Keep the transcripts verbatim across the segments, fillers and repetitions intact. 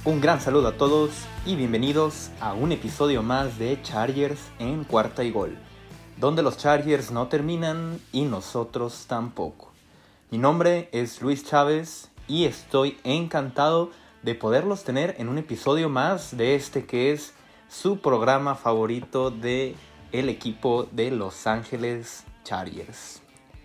Un gran saludo a todos y bienvenidos a un episodio más de Chargers en cuarta y gol, donde los Chargers no terminan y nosotros tampoco. Mi nombre es Luis Chávez y estoy encantado de poderlos tener en un episodio más de este que es su programa favorito de el equipo de Los Ángeles Chargers.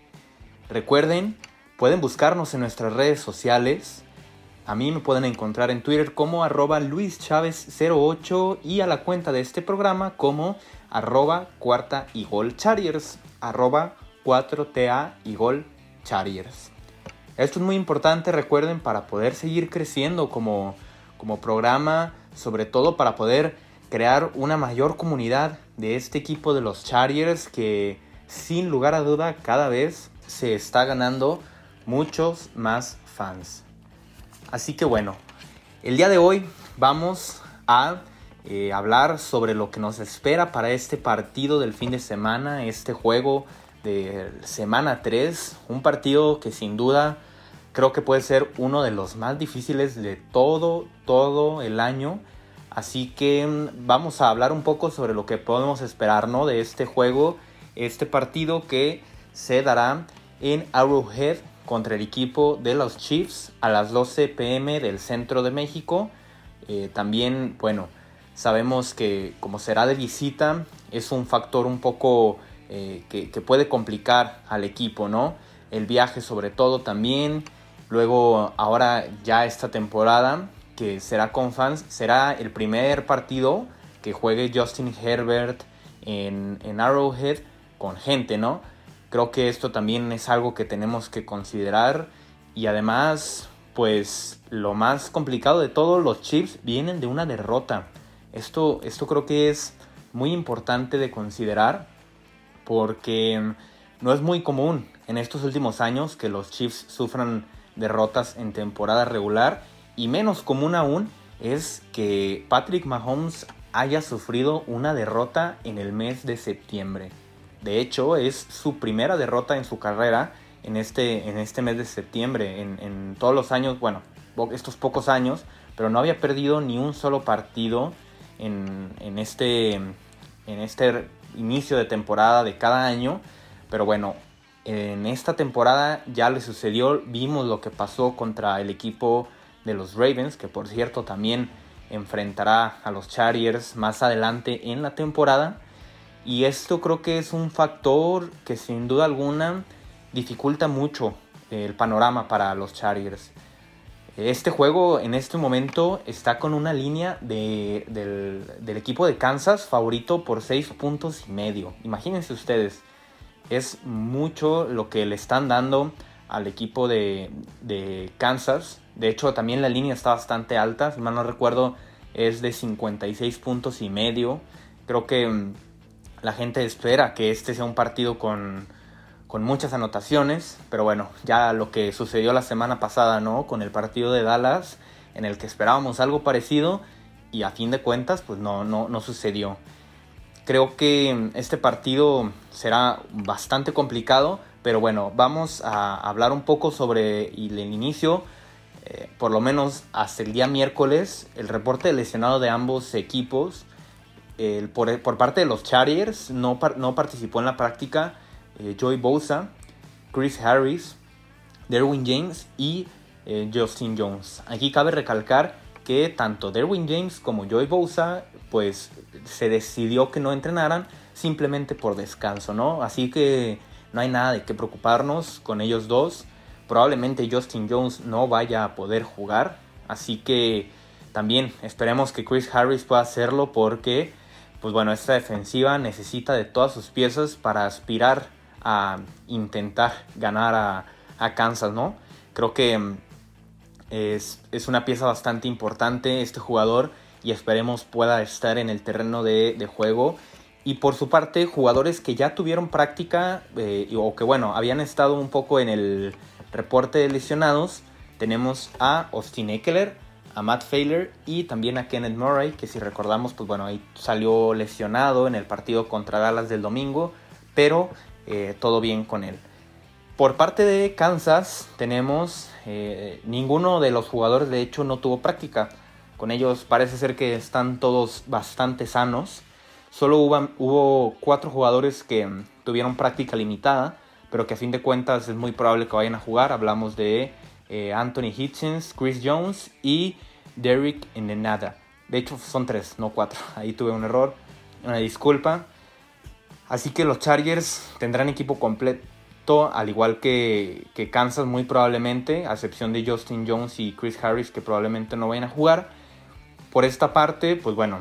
Recuerden, pueden buscarnos en nuestras redes sociales. A mí me pueden encontrar en Twitter como arroba Luis Chávez cero ocho y a la cuenta de este programa como arroba cuarta y gol Chargers, arroba cuatro T A y gol Chargers. Esto es muy importante, recuerden, para poder seguir creciendo como, como programa, sobre todo para poder crear una mayor comunidad de este equipo de los Chargers que sin lugar a duda cada vez se está ganando muchos más fans. Así que bueno, el día de hoy vamos a eh, hablar sobre lo que nos espera para este partido del fin de semana, este juego de semana tres, un partido que sin duda creo que puede ser uno de los más difíciles de todo, todo el año. Así que vamos a hablar un poco sobre lo que podemos esperar, ¿no?, de este juego, este partido que se dará en Arrowhead contra el equipo de los Chiefs a las doce pm del centro de México. Eh, también, bueno, sabemos que como será de visita, es un factor un poco eh, que, que puede complicar al equipo, ¿no? El viaje sobre todo también. Luego, ahora ya esta temporada, que será con fans, será el primer partido que juegue Justin Herbert en, en Arrowhead con gente, ¿no? Creo que esto también es algo que tenemos que considerar. Y además, pues lo más complicado de todo, los Chiefs vienen de una derrota. Esto, esto creo que es muy importante de considerar, porque no es muy común en estos últimos años que los Chiefs sufran derrotas en temporada regular. Y menos común aún es que Patrick Mahomes haya sufrido una derrota en el mes de septiembre. De hecho, es su primera derrota en su carrera en este, en este mes de septiembre. En, en todos los años, bueno, estos pocos años, pero no había perdido ni un solo partido en, en, este, en este inicio de temporada de cada año. Pero bueno, en esta temporada ya le sucedió. Vimos lo que pasó contra el equipo de los Ravens, que por cierto también enfrentará a los Chargers más adelante en la temporada. Y esto creo que es un factor que sin duda alguna dificulta mucho el panorama para los Chargers. Este juego en este momento está con una línea de, del, del equipo de Kansas favorito por seis puntos y medio. Imagínense ustedes, es mucho lo que le están dando al equipo de, de Kansas. De hecho, también la línea está bastante alta, si mal no recuerdo es de cincuenta y seis puntos y medio. Creo que la gente espera que este sea un partido con, con muchas anotaciones, pero bueno, ya lo que sucedió la semana pasada, ¿no?, con el partido de Dallas, en el que esperábamos algo parecido y a fin de cuentas pues no, no, no sucedió. Creo que este partido será bastante complicado, pero bueno, vamos a hablar un poco sobre el inicio, eh, por lo menos hasta el día miércoles, el reporte de lesionado de ambos equipos. El, por, por parte de los Chargers no, no participó en la práctica eh, Joey Bosa, Chris Harris, Derwin James y eh, Justin Jones. Aquí cabe recalcar que tanto Derwin James como Joey Bosa pues se decidió que no entrenaran simplemente por descanso, ¿no? Así que no hay nada de qué preocuparnos con ellos dos. Probablemente Justin Jones no vaya a poder jugar, así que también esperemos que Chris Harris pueda hacerlo, porque pues bueno, esta defensiva necesita de todas sus piezas para aspirar a intentar ganar a, a Kansas, ¿no? Creo que es, es una pieza bastante importante este jugador y esperemos pueda estar en el terreno de, de juego. Y por su parte, jugadores que ya tuvieron práctica eh, o que bueno, habían estado un poco en el reporte de lesionados, tenemos a Austin Ekeler, a Matt Feiler y también a Kenneth Murray, que si recordamos, pues bueno, ahí salió lesionado en el partido contra Dallas del domingo, pero eh, todo bien con él. Por parte de Kansas tenemos, eh, ninguno de los jugadores de hecho no tuvo práctica. Con ellos parece ser que están todos bastante sanos. Solo hubo, hubo cuatro jugadores que tuvieron práctica limitada, pero que a fin de cuentas es muy probable que vayan a jugar. Hablamos de eh, Anthony Hitchens, Chris Jones y Derek Enenada. De hecho son tres, no cuatro. Ahí tuve un error, una disculpa. Así que los Chargers tendrán equipo completo, al igual que, que Kansas muy probablemente, a excepción de Justin Jones y Chris Harris, que probablemente no vayan a jugar. Por esta parte, pues bueno,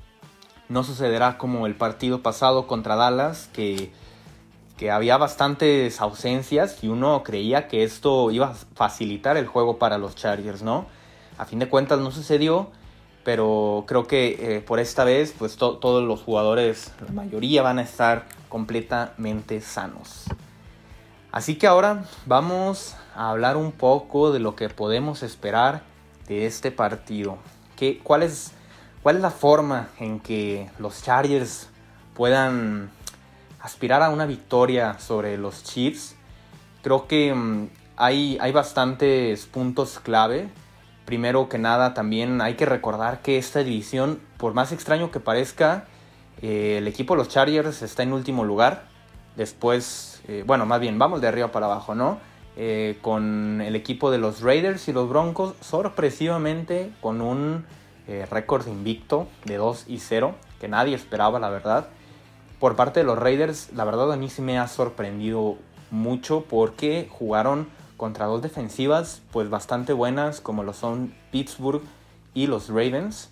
no sucederá como el partido pasado contra Dallas, que, que había bastantes ausencias y uno creía que esto iba a facilitar el juego para los Chargers, ¿no? A fin de cuentas no sucedió, pero creo que eh, por esta vez pues to- todos los jugadores, la mayoría, van a estar completamente sanos. Así que ahora vamos a hablar un poco de lo que podemos esperar de este partido. ¿Qué, cuál es, cuál es la forma en que los Chargers puedan aspirar a una victoria sobre los Chiefs? Creo que um, hay, hay bastantes puntos clave. Primero que nada, también hay que recordar que esta división, por más extraño que parezca, eh, el equipo de los Chargers está en último lugar. Después, eh, bueno, más bien, vamos de arriba para abajo, ¿no? Eh, con el equipo de los Raiders y los Broncos, sorpresivamente, con un eh, récord invicto de dos y cero, que nadie esperaba, la verdad. Por parte de los Raiders, la verdad a mí sí me ha sorprendido mucho porque jugaron contra dos defensivas pues bastante buenas, como lo son Pittsburgh y los Ravens.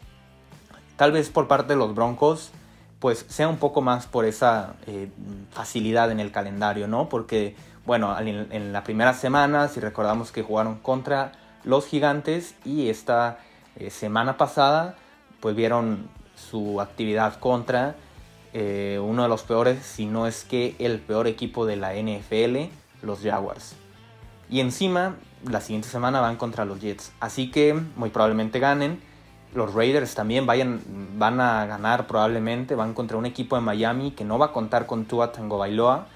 Tal vez por parte de los Broncos pues sea un poco más por esa eh, facilidad en el calendario, ¿no? Porque bueno, en, en la primera semana, si recordamos que jugaron contra los Gigantes, y esta eh, semana pasada pues vieron su actividad contra eh, uno de los peores, si no es que el peor equipo de la N F L, los Jaguars. Y encima, la siguiente semana van contra los Jets. Así que muy probablemente ganen. Los Raiders también vayan, van a ganar probablemente. Van contra un equipo de Miami que no va a contar con Tua Tagovailoa.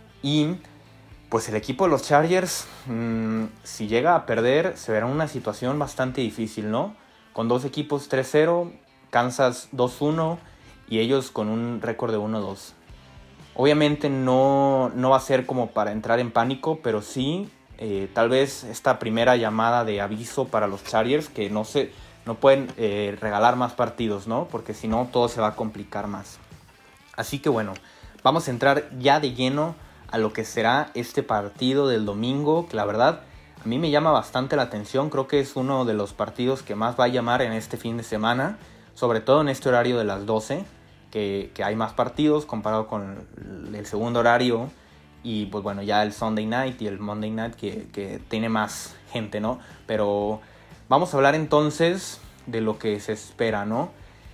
Y pues el equipo de los Chargers, mmm, si llega a perder, se verá una situación bastante difícil, ¿no? Con dos equipos tres cero, Kansas dos uno y ellos con un récord de uno dos. Obviamente no, no va a ser como para entrar en pánico, pero sí... Eh, tal vez esta primera llamada de aviso para los Chargers, que no se no pueden eh, regalar más partidos, ¿no? Porque si no todo se va a complicar más. Así que bueno, vamos a entrar ya de lleno a lo que será este partido del domingo, que la verdad a mí me llama bastante la atención. Creo que es uno de los partidos que más va a llamar en este fin de semana, sobre todo en este horario de las doce, que, que hay más partidos comparado con el segundo horario. Y pues bueno, ya el Sunday Night y el Monday Night que, que tiene más gente, ¿no? Pero vamos a hablar entonces de lo que se espera, ¿no?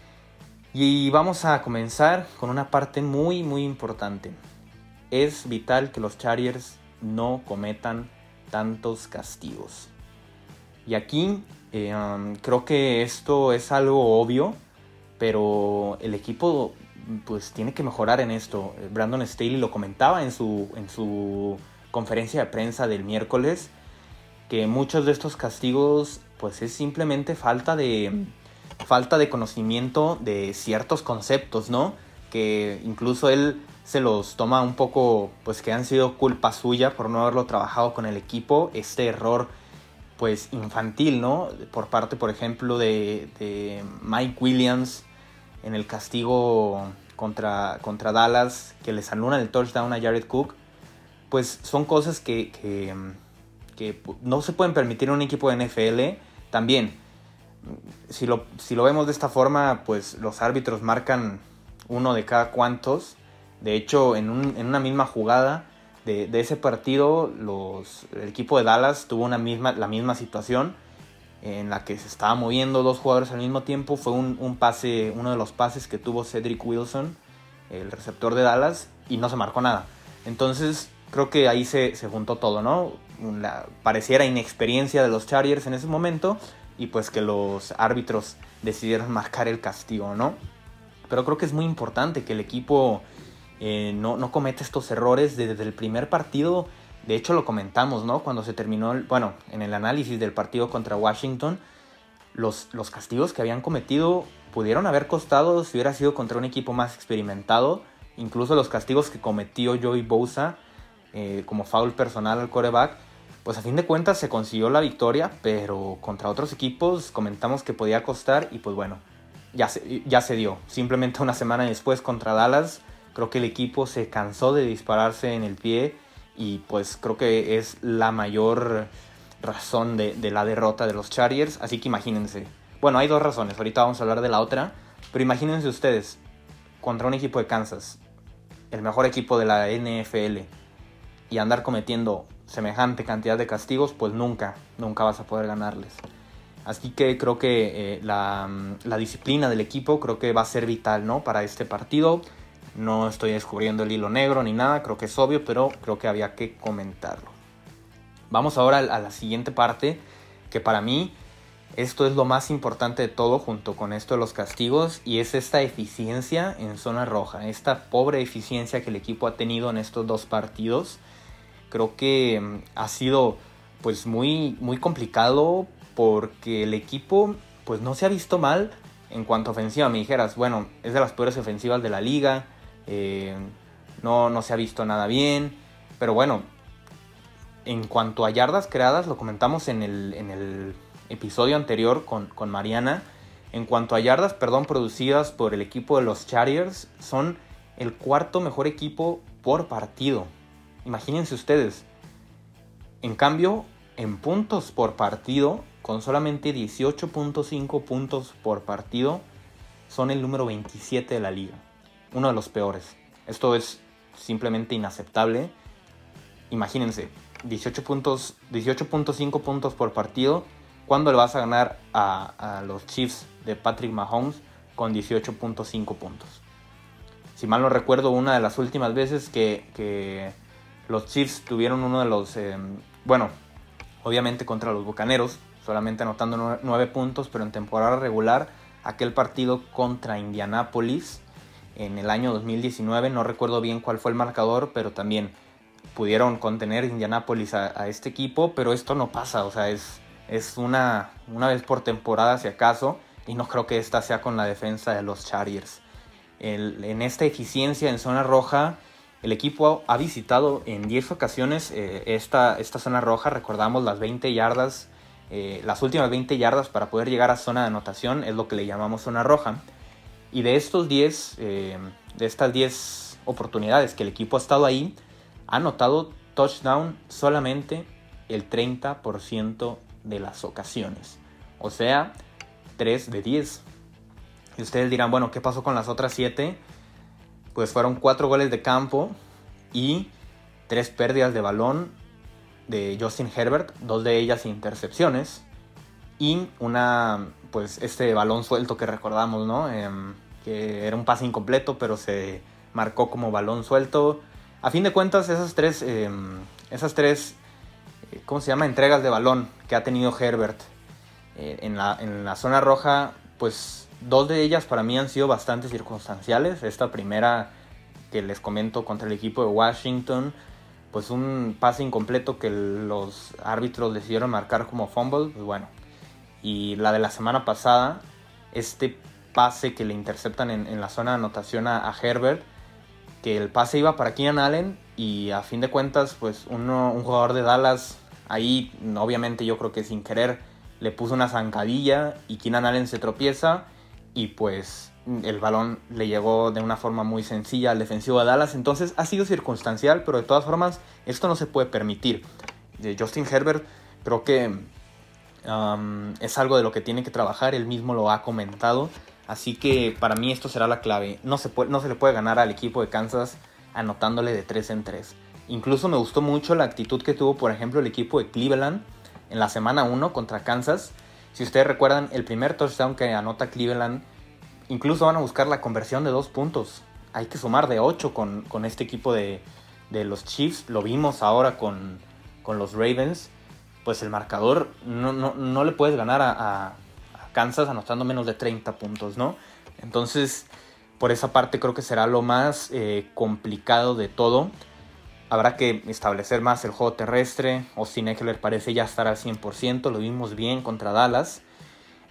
Y vamos a comenzar con una parte muy, muy importante. Es vital que los Chargers no cometan tantos castigos. Y aquí eh, um, creo que esto es algo obvio, pero el equipo... pues tiene que mejorar en esto. Brandon Staley lo comentaba en su, en su conferencia de prensa del miércoles, que muchos de estos castigos pues es simplemente falta de, falta de conocimiento de ciertos conceptos, ¿no? Que incluso él se los toma un poco, pues que han sido culpa suya por no haberlo trabajado con el equipo. Este error pues infantil, ¿no? Por parte, por ejemplo, de, de Mike Williams, en el castigo contra, contra Dallas, que les anulan el touchdown a Jared Cook, pues son cosas que, que, que no se pueden permitir en un equipo de N F L. También, si lo, si lo vemos de esta forma, pues los árbitros marcan uno de cada cuantos. De hecho, en, un, en una misma jugada de, de ese partido, los, el equipo de Dallas tuvo una misma, la misma situación, en la que se estaba moviendo dos jugadores al mismo tiempo. Fue un, un pase, uno de los pases que tuvo Cedric Wilson, el receptor de Dallas, y no se marcó nada. Entonces creo que ahí se, se juntó todo, ¿no? La, pareciera inexperiencia de los Chargers en ese momento, y pues que los árbitros decidieron marcar el castigo, ¿no? Pero creo que es muy importante que el equipo eh, no, no cometa estos errores desde el primer partido. De hecho lo comentamos, ¿no? Cuando se terminó, el, bueno, en el análisis del partido contra Washington, los, los castigos que habían cometido pudieron haber costado si hubiera sido contra un equipo más experimentado. Incluso los castigos que cometió Joey Bosa eh, como foul personal al quarterback, pues a fin de cuentas se consiguió la victoria, pero contra otros equipos comentamos que podía costar y pues bueno, ya se, ya se dio. Simplemente una semana después contra Dallas, creo que el equipo se cansó de dispararse en el pie y pues creo que es la mayor razón de, de la derrota de los Chargers. Así que imagínense, bueno, hay dos razones, ahorita vamos a hablar de la otra, pero imagínense ustedes, contra un equipo de Kansas, el mejor equipo de la N F L, y andar cometiendo semejante cantidad de castigos, pues nunca, nunca vas a poder ganarles. Así que creo que eh, la, la disciplina del equipo creo que va a ser vital, ¿no?, para este partido. No estoy descubriendo el hilo negro ni nada, creo que es obvio, pero creo que había que comentarlo. Vamos ahora a la siguiente parte, que para mí esto es lo más importante de todo junto con esto de los castigos, y es esta eficiencia en zona roja, esta pobre eficiencia que el equipo ha tenido en estos dos partidos. Creo que ha sido pues muy, muy complicado porque el equipo pues no se ha visto mal en cuanto a ofensiva. Me dijeras, bueno, es de las peores ofensivas de la liga, eh, no, no se ha visto nada bien, pero bueno, en cuanto a yardas creadas, lo comentamos en el, en el episodio anterior con, con Mariana, en cuanto a yardas, perdón, producidas por el equipo de los Chargers, son el cuarto mejor equipo por partido. Imagínense ustedes. En cambio, en puntos por partido, con solamente dieciocho punto cinco puntos por partido, son el número veintisiete de la liga. Uno de los peores. Esto es simplemente inaceptable. Imagínense, dieciocho puntos, dieciocho punto cinco puntos por partido. ¿Cuándo le vas a ganar a, a los Chiefs de Patrick Mahomes con dieciocho punto cinco puntos? Si mal no recuerdo, una de las últimas veces que, que los Chiefs tuvieron uno de los... Eh, bueno, obviamente contra los Bucaneros, solamente anotando nueve puntos, pero en temporada regular, aquel partido contra Indianápolis en el año dos mil diecinueve, no recuerdo bien cuál fue el marcador, pero también pudieron contener Indianápolis a, a este equipo, pero esto no pasa, o sea, es, es una, una vez por temporada si acaso, y no creo que esta sea con la defensa de los Chargers. El, en esta eficiencia en zona roja, el equipo ha visitado en diez ocasiones eh, esta, esta zona roja. Recordamos las veinte yardas, eh, las últimas veinte yardas para poder llegar a zona de anotación, es lo que le llamamos zona roja. Y de estos diez, eh, de estas diez oportunidades que el equipo ha estado ahí, ha anotado touchdown solamente el treinta por ciento de las ocasiones. O sea, tres de diez. Y ustedes dirán, bueno, ¿qué pasó con las otras siete? Pues fueron cuatro goles de campo y tres pérdidas de balón de Justin Herbert, dos de ellas intercepciones, y una, pues este balón suelto que recordamos, ¿no? Eh, que era un pase incompleto, pero se marcó como balón suelto. A fin de cuentas, esas tres, eh, esas tres, eh, ¿cómo se llama? Entregas de balón que ha tenido Herbert eh, en, la, en la zona roja, pues dos de ellas para mí han sido bastante circunstanciales. Esta primera que les comento contra el equipo de Washington, pues un pase incompleto que los árbitros decidieron marcar como fumble, pues bueno. Y la de la semana pasada, este pase que le interceptan en, en la zona de anotación a, a Herbert, que el pase iba para Keenan Allen y a fin de cuentas, pues uno, un jugador de Dallas ahí, obviamente yo creo que sin querer, le puso una zancadilla y Keenan Allen se tropieza y pues el balón le llegó de una forma muy sencilla al defensivo de Dallas. Entonces ha sido circunstancial, pero de todas formas esto no se puede permitir. De Justin Herbert creo que um, es algo de lo que tiene que trabajar, él mismo lo ha comentado. Así que para mí esto será la clave. No se, puede, no se le puede ganar al equipo de Kansas anotándole de tres en tres. Incluso me gustó mucho la actitud que tuvo, por ejemplo, el equipo de Cleveland en la semana uno contra Kansas. Si ustedes recuerdan, el primer touchdown que anota Cleveland, incluso van a buscar la conversión de dos puntos. Hay que sumar de ocho con, con este equipo de, de los Chiefs. Lo vimos ahora con, con los Ravens. Pues el marcador no, no, no le puedes ganar a, a, a Kansas anotando menos de treinta puntos, ¿no? Entonces, por esa parte creo que será lo más eh, complicado de todo. Habrá que establecer más el juego terrestre. Austin Ekeler parece ya estar al cien por ciento. Lo vimos bien contra Dallas.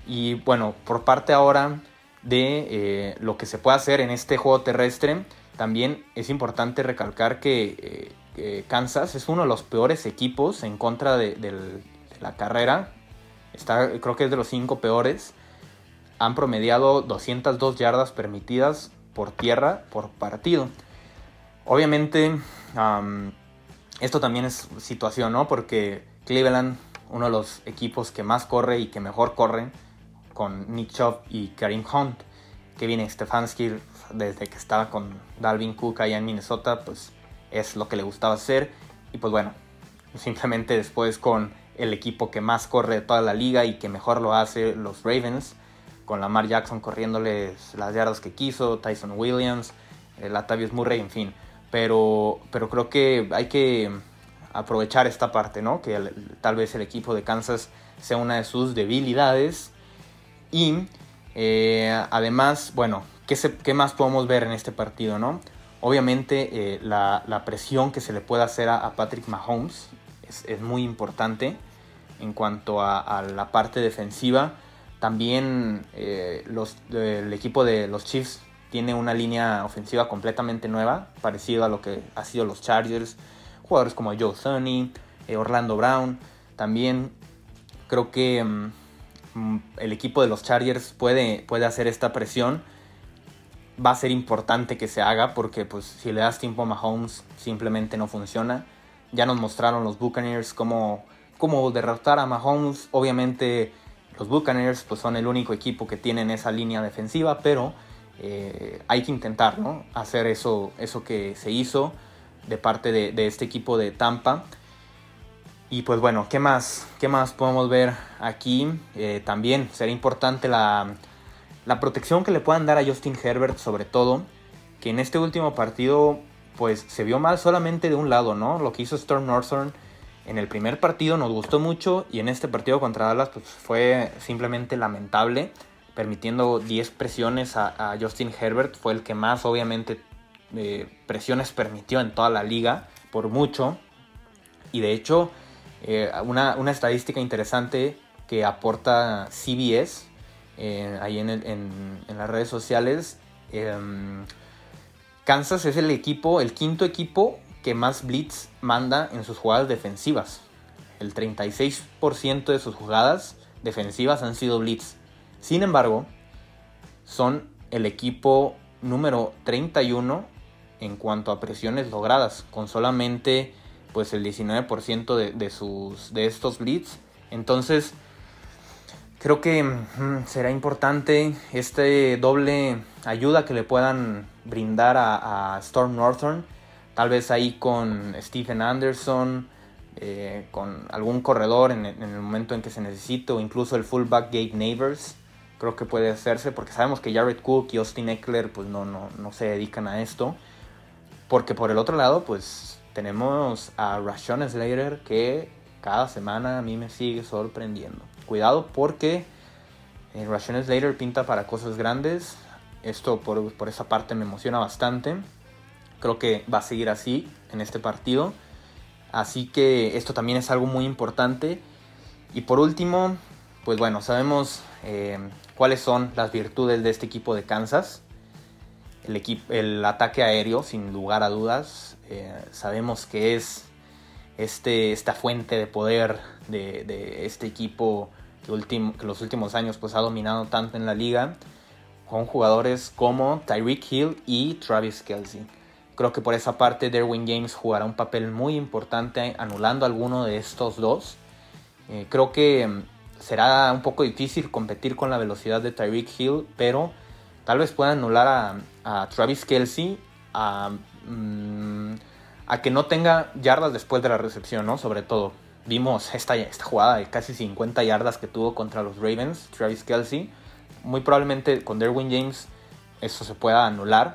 Y bueno, por parte ahora de eh, lo que se puede hacer en este juego terrestre, también es importante recalcar que eh, eh, Kansas es uno de los peores equipos en contra de, de, de la carrera. Está, creo que es de los cinco peores. Han promediado doscientas dos yardas permitidas por tierra por partido. Obviamente, um, esto también es situación, ¿no? Porque Cleveland, uno de los equipos que más corre y que mejor corre, con Nick Chubb y Kareem Hunt. Kevin Stefanski, desde que estaba con Dalvin Cook allá en Minnesota, pues es lo que le gustaba hacer. Y pues bueno, simplemente después con el equipo que más corre de toda la liga y que mejor lo hace, los Ravens, con Lamar Jackson corriéndoles las yardas que quiso, Tyson Williams, eh, Latavius Murray, en fin. Pero, pero creo que hay que aprovechar esta parte, ¿no? Que el, tal vez el equipo de Kansas sea una de sus debilidades. Y eh, además, bueno, ¿qué, se, ¿qué más podemos ver en este partido, no? Obviamente eh, la, la presión que se le puede hacer a, a Patrick Mahomes es, es muy importante en cuanto a, a la parte defensiva. También eh, los, eh, el equipo de los Chiefs tiene una línea ofensiva completamente nueva, parecido a lo que ha sido los Chargers. Jugadores como Joe Thuney, eh, Orlando Brown. También creo que um, el equipo de los Chargers puede, puede hacer esta presión. Va a ser importante que se haga porque pues, si le das tiempo a Mahomes simplemente no funciona. Ya nos mostraron los Buccaneers cómo, cómo derrotar a Mahomes. Obviamente los Buccaneers pues, son el único equipo que tienen esa línea defensiva, pero eh, hay que intentar, ¿no? hacer eso, eso que se hizo de parte de, de este equipo de Tampa. Y pues bueno, ¿qué más? ¿Qué más podemos ver aquí? Eh, también será importante la, la protección que le puedan dar a Justin Herbert, sobre todo, que en este último partido pues se vio mal solamente de un lado, ¿no? Lo que hizo Storm Northern en el primer partido nos gustó mucho y en este partido contra Dallas pues fue simplemente lamentable, permitiendo diez presiones a, a Justin Herbert. Fue el que más obviamente eh, presiones permitió en toda la liga, por mucho. Y de hecho, eh, una, una estadística interesante que aporta C B S eh, ahí en, el, en, en las redes sociales, eh, Kansas es el equipo, el quinto equipo que más blitz manda en sus jugadas defensivas. El treinta y seis por ciento de sus jugadas defensivas han sido blitz. Sin embargo, son el equipo número treinta y uno en cuanto a presiones logradas, con solamente pues, el diecinueve por ciento de, de, sus, de estos blitz. Entonces, creo que mmm, será importante este doble ayuda que le puedan brindar a, a Storm Northern. Tal vez ahí con Stephen Anderson, eh, con algún corredor en, en el momento en que se necesite, o incluso el fullback Gabe Neighbors. Creo que puede hacerse, porque sabemos que Jared Cook y Austin Eckler pues no, no, no se dedican a esto. Porque por el otro lado, pues tenemos a Rashawn Slater, que cada semana a mí me sigue sorprendiendo. Cuidado porque eh, Rashawn Slater pinta para cosas grandes. Esto por, por esa parte me emociona bastante. Creo que va a seguir así en este partido. Así que esto también es algo muy importante. Y por último, pues bueno, sabemos eh, cuáles son las virtudes de este equipo de Kansas. El, equipo, el ataque aéreo, sin lugar a dudas. Eh, sabemos que es este, esta fuente de poder de, de este equipo que, ultim, que los últimos años pues, ha dominado tanto en la liga, con jugadores como Tyreek Hill y Travis Kelce. Creo que por esa parte Derwin James jugará un papel muy importante anulando a alguno de estos dos. Eh, creo que será un poco difícil competir con la velocidad de Tyreek Hill, pero tal vez pueda anular a, a Travis Kelce a, mm, a que no tenga yardas después de la recepción, ¿no? Sobre todo, vimos esta, esta jugada de casi cincuenta yardas que tuvo contra los Ravens, Travis Kelce. Muy probablemente con Derwin James eso se pueda anular,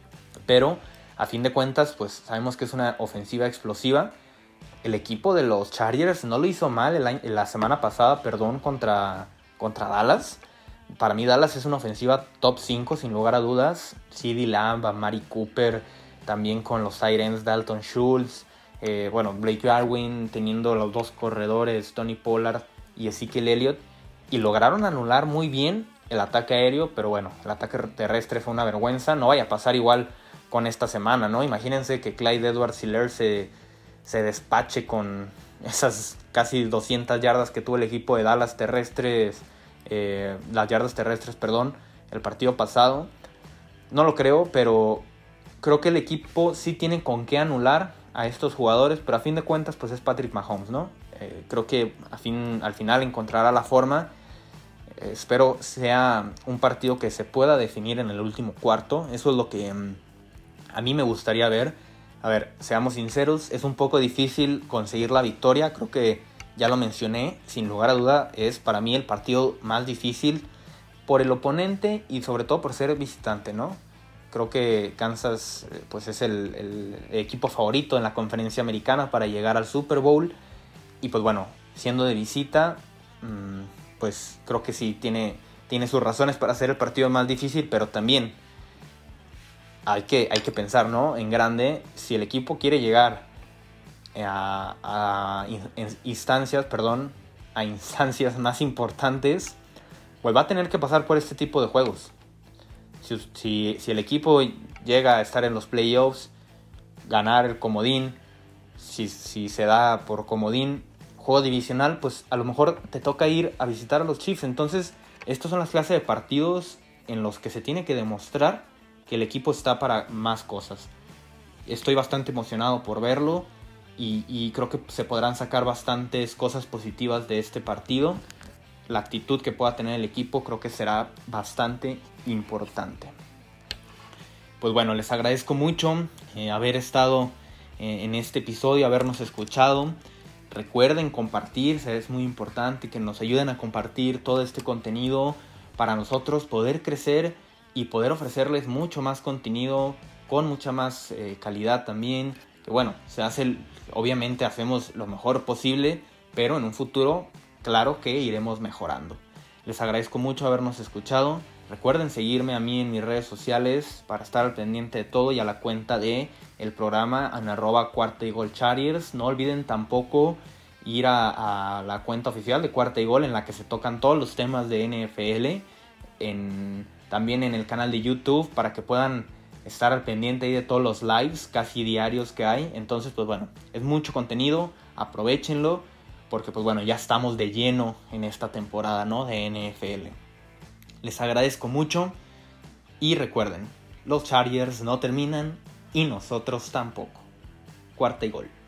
pero a fin de cuentas, pues sabemos que es una ofensiva explosiva. El equipo de los Chargers no lo hizo mal el año, la semana pasada, perdón, contra, contra Dallas. Para mí Dallas es una ofensiva top cinco sin lugar a dudas. CeeDee Lamb, Amari Cooper, también con los tight ends Dalton Schultz, eh, bueno, Blake Jarwin teniendo los dos corredores, Tony Pollard y Ezekiel Elliott. y lograron anular muy bien el ataque aéreo, pero bueno, el ataque terrestre fue una vergüenza. No vaya a pasar igual con esta semana, ¿no? Imagínense que Clyde Edwards-Helaire se, se despache con esas casi doscientas yardas que tuvo el equipo de Dallas terrestres, eh, las yardas terrestres, perdón, el partido pasado. No lo creo, pero creo que el equipo sí tiene con qué anular a estos jugadores, pero a fin de cuentas pues es Patrick Mahomes, ¿no? Eh, creo que a fin, al final encontrará la forma. Eh, espero sea un partido que se pueda definir en el último cuarto. Eso es lo que mm, a mí me gustaría ver. A ver, seamos sinceros, es un poco difícil conseguir la victoria. Creo que ya lo mencioné, sin lugar a duda es para mí el partido más difícil por el oponente y sobre todo por ser visitante, ¿no? Creo que Kansas pues, es el, el equipo favorito en la conferencia americana para llegar al Super Bowl. Y pues bueno, siendo de visita, pues creo que sí tiene, tiene sus razones para hacer el partido más difícil, pero también hay que, hay que pensar, ¿no? En grande, si el equipo quiere llegar a, a instancias, perdón, a instancias más importantes, pues va a tener que pasar por este tipo de juegos. Si, si, si el equipo llega a estar en los playoffs, ganar el comodín, si, si se da por comodín, juego divisional, pues a lo mejor te toca ir a visitar a los Chiefs. Entonces, estos son las clases de partidos en los que se tiene que demostrar que el equipo está para más cosas. Estoy bastante emocionado por verlo y, y creo que se podrán sacar bastantes cosas positivas de este partido. La actitud que pueda tener el equipo creo que será bastante importante. Pues bueno, les agradezco mucho eh, haber estado eh, en este episodio, habernos escuchado. Recuerden compartir, es muy importante que nos ayuden a compartir todo este contenido para nosotros poder crecer y poder ofrecerles mucho más contenido con mucha más eh, calidad también. Que bueno, se hace, obviamente hacemos lo mejor posible, pero en un futuro claro que iremos mejorando. Les agradezco mucho habernos escuchado. Recuerden seguirme a mí en mis redes sociales para estar al pendiente de todo y a la cuenta de el programa en arroba Cuarta y Gol Chargers. No olviden tampoco ir a, a la cuenta oficial de Cuarta y Gol en la que se tocan todos los temas de N F L. En, también en el canal de YouTube para que puedan estar al pendiente ahí de todos los lives casi diarios que hay. Entonces pues bueno, es mucho contenido, aprovechenlo. Porque pues bueno, ya estamos de lleno en esta temporada, ¿no? De N F L. Les agradezco mucho. Y recuerden, los Chargers no terminan y nosotros tampoco. Cuarta y Gol.